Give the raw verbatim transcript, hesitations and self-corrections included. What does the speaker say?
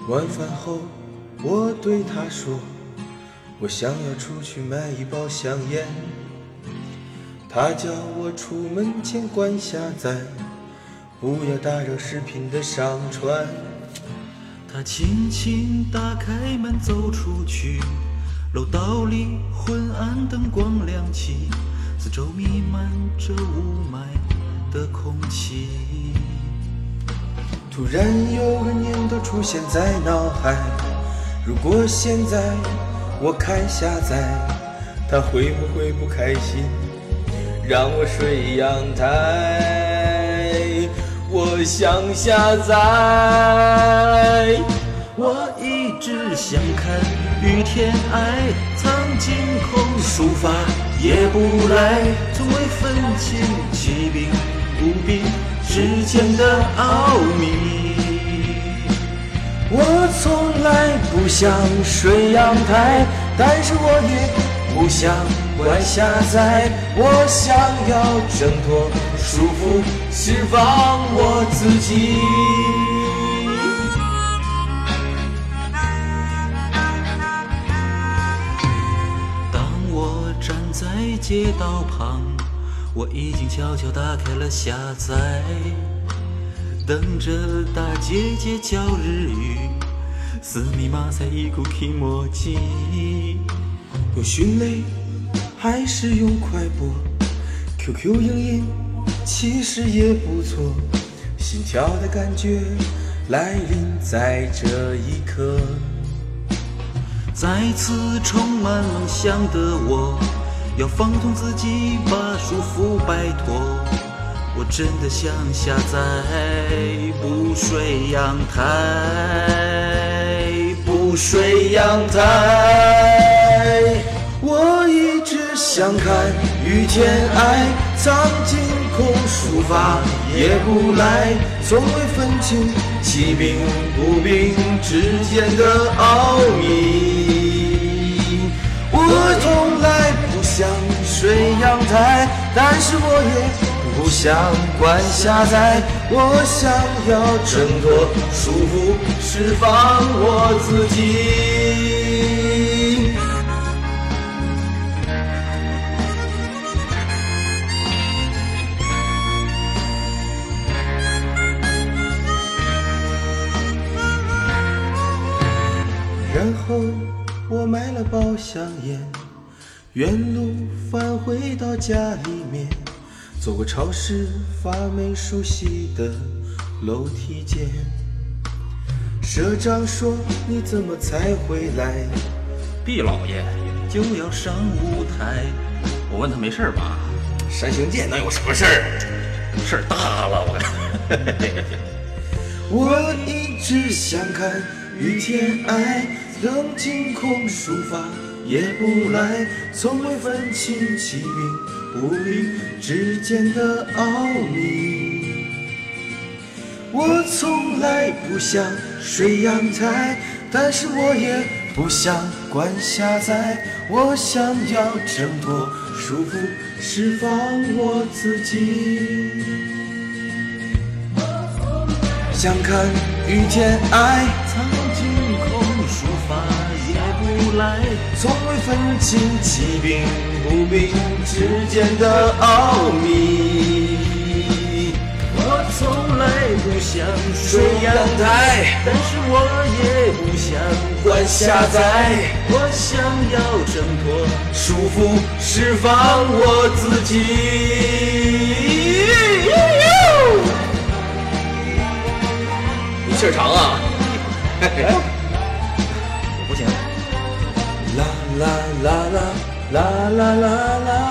晚饭后我对他说，我想要出去买一包香烟。他叫我出门前关下载，不要打扰视频的上传。 他轻轻打开门走出去，楼道里昏暗灯光亮起，四周弥漫着雾霾的空气。 突然有个念头出现在脑海，如果现在我开下载，他会不会不开心，让我睡阳台？我想下载。 我一直想看雨天爱，藏进空抒发也不来，从未分清疾病不病之间的奥秘。 我从来不想睡阳台，但是我也不想关下载。我想要挣脱束缚，释放我自己。 当我站在街道旁，我已经悄悄打开了下载，等着大姐姐教日语，四密码才一股气默契。 用迅雷还是用快播 Q Q 影音其实也不错，心跳的感觉来临在这一刻。 再次充满梦想的我，要放纵自己，把束缚摆脱。我真的想下载，不睡阳台， 不睡阳台。我一直想看雨天爱，藏进空抒发也不来，从未分清疾病不病之间的奥秘。我从来不想睡阳台，但是我也不想关下载。我想要挣脱束缚，释放我自己。然后我买了包香烟，原路返回到家里面，走过超市发霉熟悉的楼梯间。社长说你怎么才回来？ 毕老爷就要上舞台。我问他没事吧？ 山行健能有什么事儿？ 事儿大了，我我一直想看雨天爱，冷静空抒发也不来，从未分清疾病不病之间的奥秘。我从来不想睡阳台，但是我也不想关下载。我想要挣脱束缚，释放我自己。想看雨天爱， 藏进空抒发也不来， 从未分清疾病不病之间的奥秘。 我从来不想睡阳台， 但是我也不想关下载。 我想要挣脱束缚，释放我自己。你气儿长啊！ 我不行。 啦啦啦啦啦啦啦啦。